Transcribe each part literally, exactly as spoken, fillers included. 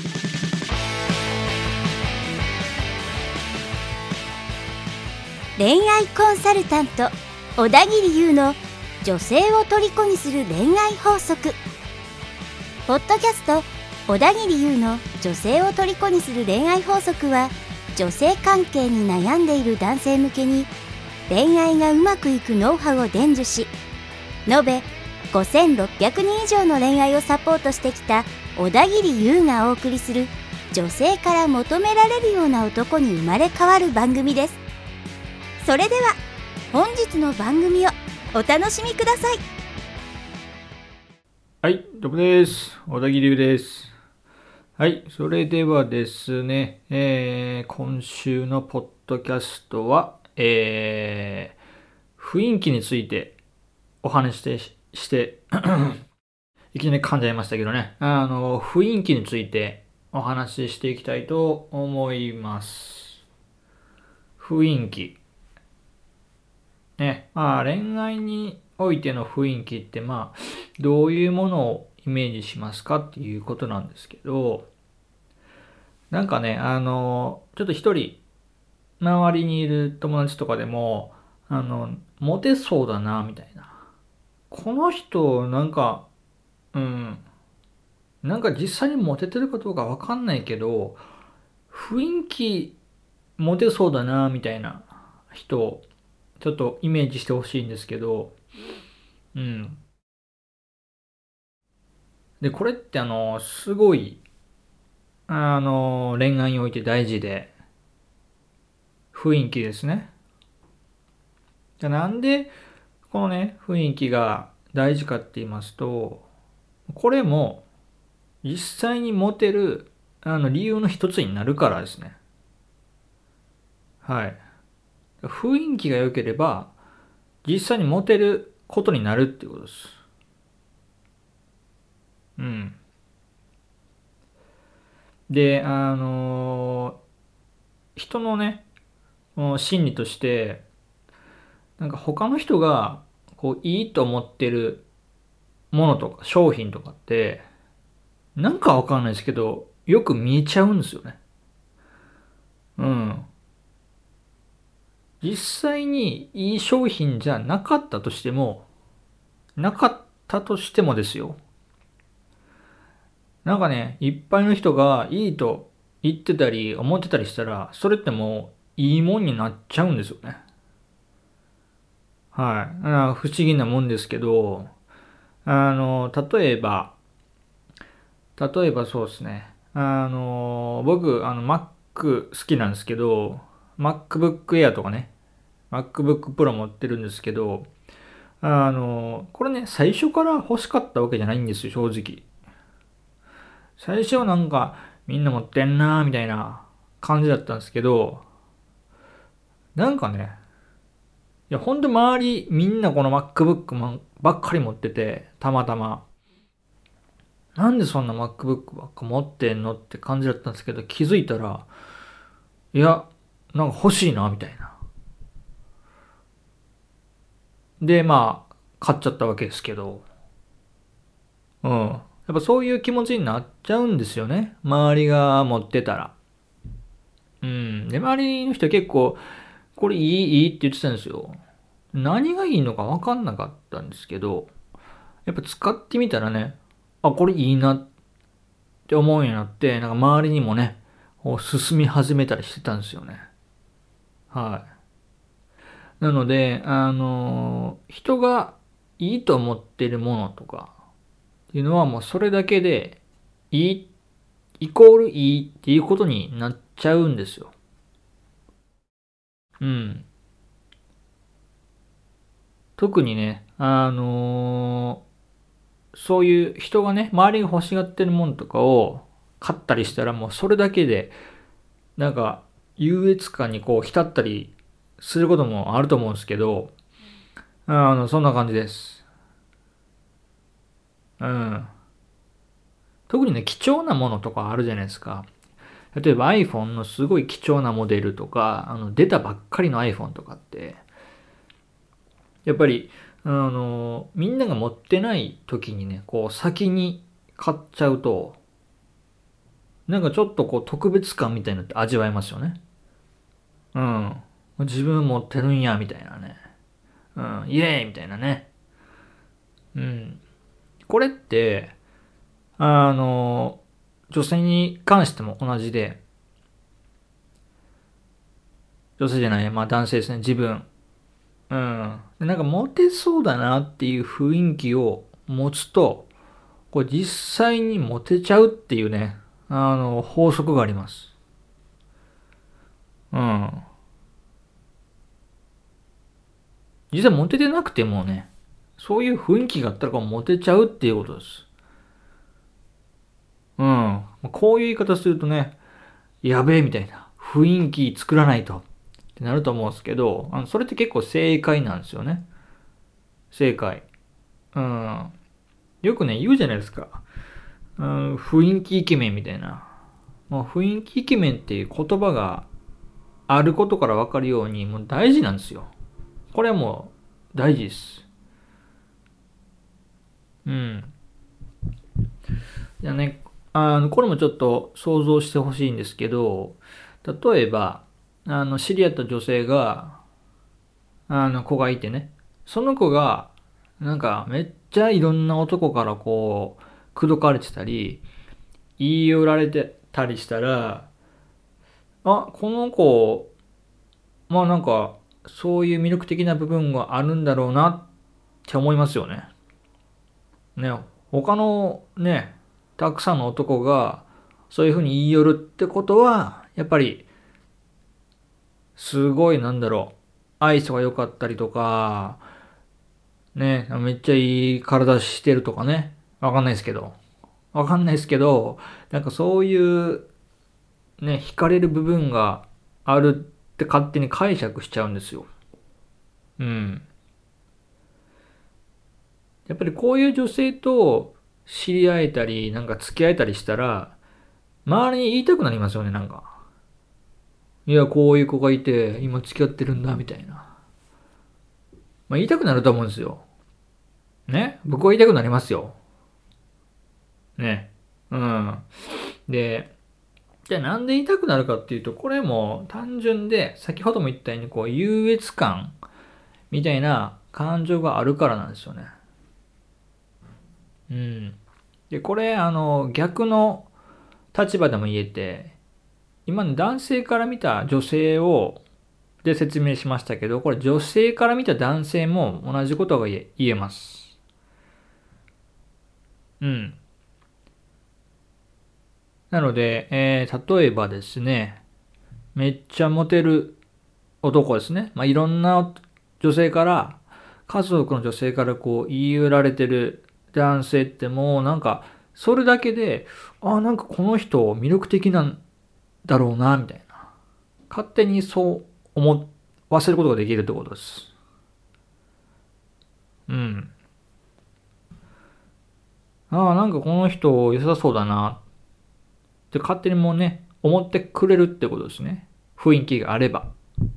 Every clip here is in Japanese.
恋愛コンサルタント小田切優の女性を虜にする恋愛法則。ポッドキャスト小田切優の女性を虜にする恋愛法則は、女性関係に悩んでいる男性向けに恋愛がうまくいくノウハウを伝授し、延べごせんろっぴゃくにん以上の恋愛をサポートしてきた小田切優がお送りする、女性から求められるような男に生まれ変わる番組です。それでは本日の番組をお楽しみください。 はい、どうもです。小田切優です。はい、それではですね、えー、今週のポッドキャストは、えー、雰囲気についてお話してしていきなり噛んじゃいましたけどね、あの雰囲気についてお話ししていきたいと思います。雰囲気ね、まあ恋愛においての雰囲気って、まあどういうものをイメージしますかっていうことなんですけど、なんかね、あのちょっと一人周りにいる友達とかでも、あのモテそうだなみたいな、この人なんかうんなんか実際にモテてるかどうかわかんないけど、雰囲気モテそうだなみたいな人ちょっとイメージしてほしいんですけど、うん。で、これってあの、すごい、あの、恋愛において大事で、雰囲気ですね。じゃあなんで、このね、雰囲気が大事かって言いますと、これも実際にモテる、あの、理由の一つになるからですね。はい。雰囲気が良ければ、実際にモテることになるっていうことです。うん。で、あの人のね、心理として、なんか他の人がこういいと思ってるものとか商品とかって、なんかわかんないですけど、よく見えちゃうんですよね。うん。実際にいい商品じゃなかったとしても、なかったとしてもですよ。なんかね、いっぱいの人がいいと言ってたり思ってたりしたら、それってもういいもんになっちゃうんですよね。はい。あ不思議なもんですけど、あの、例えば、例えばそうですね。あの、僕、あの、Mac 好きなんですけど、MacBook Air とかね、MacBook Pro 持ってるんですけど、あの、これね、最初から欲しかったわけじゃないんですよ、正直。最初はなんか、みんな持ってんなーみたいな感じだったんですけど、なんかね、いや、ほんと周り、みんなこの MacBook ばっかり持ってて、たまたま。なんでそんな MacBook ばっか持ってんのって感じだったんですけど、気づいたら、いや、なんか欲しいな、みたいな。で、まあ、買っちゃったわけですけど、うん。やっぱそういう気持ちになっちゃうんですよね。周りが持ってたら。うん。で、周りの人結構、これいい、いいって言ってたんですよ。何がいいのか分かんなかったんですけど、やっぱ使ってみたらね、あ、これいいなって思うようになって、なんか周りにもね、こう進み始めたりしてたんですよね。はい。なので、あのー人がいいと思っているものとかっていうのはもうそれだけでいい、イコールいいっていうことになっちゃうんですよ。うん。特にね、あのーそういう人がね、周りが欲しがってるものとかを買ったりしたらもうそれだけで、なんか優越感にこう浸ったりすることもあると思うんですけど、あの、そんな感じです。うん。特にね、貴重なものとかあるじゃないですか。例えば iPhone のすごい貴重なモデルとか、あの、出たばっかりの iPhone とかって、やっぱり、あの、みんなが持ってない時にね、こう先に買っちゃうと、 なんかちょっとこう特別感みたいなのって味わえますよね。うん。自分持ってるんや、みたいなね。うん。イエーイみたいなね。うん。これって、あの、女性に関しても同じで、女性じゃない、まあ男性ですね、自分。うん。でなんかモテそうだなっていう雰囲気を持つと、これ実際にモテちゃうっていうね、あの、法則があります。うん。実際モテてなくてもね、そういう雰囲気があったらこうモテちゃうっていうことです。うん。こういう言い方するとね、やべえみたいな雰囲気作らないとってなると思うんですけど、あのそれって結構正解なんですよね。正解。うん。よくね、言うじゃないですか。うん、雰囲気イケメンみたいな。もう雰囲気イケメンっていう言葉があることからわかるように、もう大事なんですよ。これはもう大事です。うん。じゃあね、あの、これもちょっと想像してほしいんですけど、例えば、あの、知り合った女性が、あの、子がいてね、その子が、なんか、めっちゃいろんな男からこう、口説かれてたり、言い寄られてたりしたら、あ、この子、まあなんか、そういう魅力的な部分があるんだろうなって思いますよね。ね、他のね、たくさんの男がそういうふうに言い寄るってことは、やっぱり、すごいなんだろう、愛想が良かったりとか、ね、めっちゃいい体してるとかね、わかんないですけど、わかんないですけど、なんかそういうね、惹かれる部分があるって勝手に解釈しちゃうんですよ。うん。やっぱりこういう女性と知り合えたり、なんか付き合えたりしたら、周りに言いたくなりますよね、なんか。いや、こういう子がいて、今付き合ってるんだ、みたいな。まあ言いたくなると思うんですよ。ね、僕は言いたくなりますよ。ね。うん。で、じゃあなんで言いたくなるかっていうと、これも単純で、先ほども言ったように、こう、優越感みたいな感情があるからなんですよね。うん。で、これ、あの、逆の立場でも言えて、今の男性から見た女性を、で説明しましたけど、これ女性から見た男性も同じことが言え言えます。うん。なので、えー例えばですね、めっちゃモテる男ですね。まあ、いろんな女性から、数多くの女性からこう言い寄られてる男性ってもうなんか、それだけで、あ、なんかこの人魅力的なんだろうな、みたいな。勝手にそう思わせることができるってことです。うん。ああ、なんかこの人良さそうだなって勝手にもうね、思ってくれるってことですね。雰囲気があれば。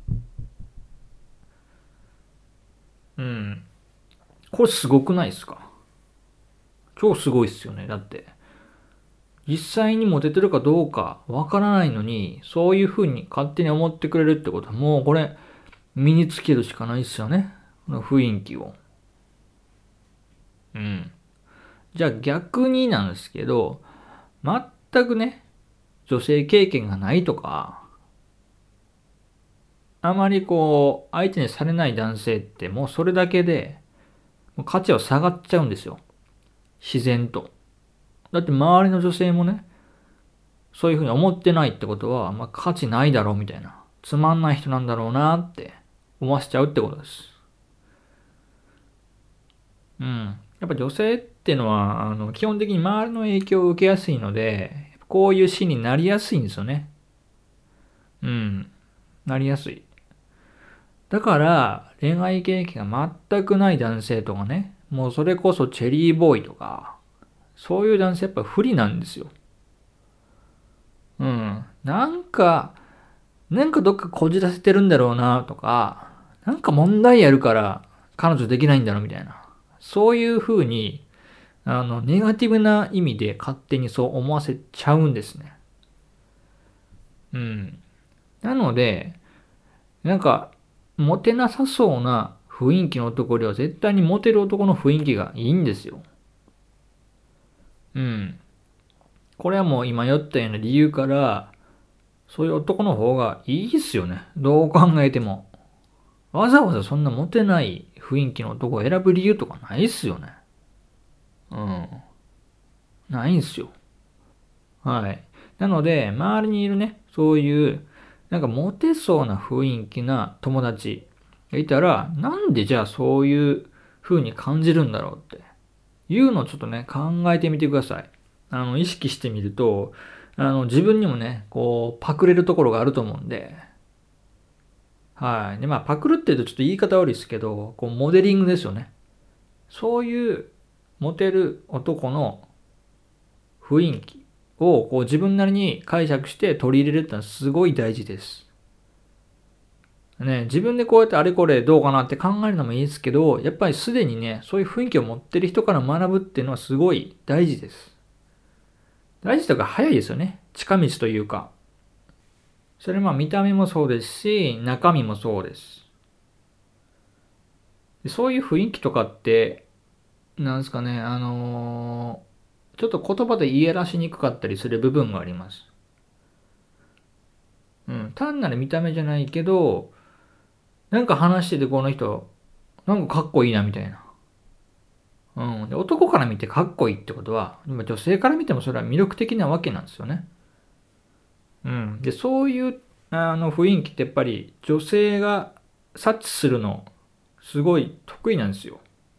うん。これすごくないですか？超すごいっすよね。だって、実際にモテてるかどうかわからないのに、そういう風に勝手に思ってくれるってことは、もうこれ、身につけるしかないっすよね。この雰囲気を。うん。じゃあ逆になんですけど、全くね、女性経験がないとか、あまりこう、相手にされない男性ってもうそれだけで、もう価値は下がっちゃうんですよ。自然と。だって周りの女性もね、そういうふうに思ってないってことは、まあ、価値ないだろうみたいな。つまんない人なんだろうなって思わせちゃうってことです。うん。やっぱ女性っていうのは、あの、基本的に周りの影響を受けやすいので、こういうシーンになりやすいんですよね。うん。なりやすい。だから、恋愛経験が全くない男性とかね、もうそれこそチェリーボーイとか、そういう男性やっぱ不利なんですよ。うん。なんか、なんかどっかこじらせてるんだろうなとか、なんか問題あるから彼女できないんだろうみたいな。そういうふうに、あの、ネガティブな意味で勝手にそう思わせちゃうんですね。 うん。なので、なんか、モテなさそうな雰囲気の男よりは絶対にモテる男の雰囲気がいいんですよ。うん。これはもう今言ったような理由から、そういう男の方がいいっすよね。どう考えても。わざわざそんなモテない雰囲気の男を選ぶ理由とかないっすよね。うん。ないんすよ。はい。なので、周りにいるね、そういう、なんかモテそうな雰囲気な友達がいたら、なんでじゃあそういう風に感じるんだろうっていうのをちょっとね、考えてみてください。あの、意識してみると、あの、自分にもね、こう、パクれるところがあると思うんで、はい。で、まあ、パクるって言うとちょっと言い方悪いですけど、こう、モデリングですよね。そういうモテる男の雰囲気をこう自分なりに解釈して取り入れるってのはすごい大事です。ね、自分でこうやってあれこれどうかなって考えるのもいいですけど、やっぱりすでにね、そういう雰囲気を持ってる人から学ぶっていうのはすごい大事です。大事とか早いですよね。近道というか。それまあ見た目もそうですし、中身もそうです。そういう雰囲気とかって、なんですかね、あのー、ちょっと言葉で言い表しにくかったりする部分があります。うん、単なる見た目じゃないけど、なんか話しててこの人、なんかかっこいいなみたいな。うん。で、男から見てかっこいいってことは、今女性から見てもそれは魅力的なわけなんですよね。うん。で、そういうあの雰囲気ってやっぱり女性が察知するのすごい得意なんですよ。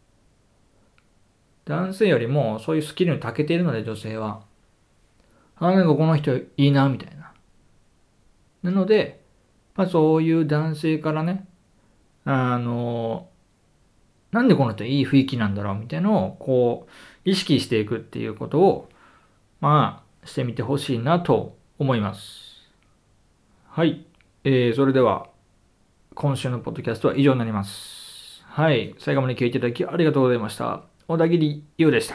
男性よりもそういうスキルに長けているので女性は。あ、なんかこの人いいなみたいな。なので、まあそういう男性からね、あの、なんでこの人いい雰囲気なんだろうみたいなのをこう意識していくっていうことをまあしてみてほしいなと思います。はい。えー、それでは今週のポッドキャストは以上になります。はい。最後まで聞いていただきありがとうございました。小田切優でした。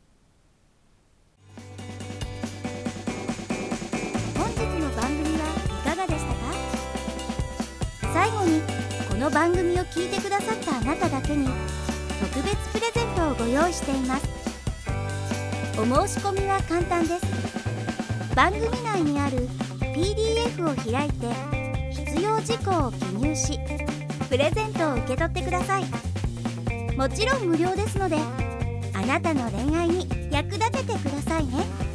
本日の番組はいかがでしたか？最後にこの番組を聞いてくださったあなただけに特別プレゼントをご用意しています。お申し込みは簡単です。番組内にある ピーディーエフ を開いて必要事項を記入しプレゼントを受け取ってください。もちろん無料ですのであなたの恋愛に役立ててくださいね。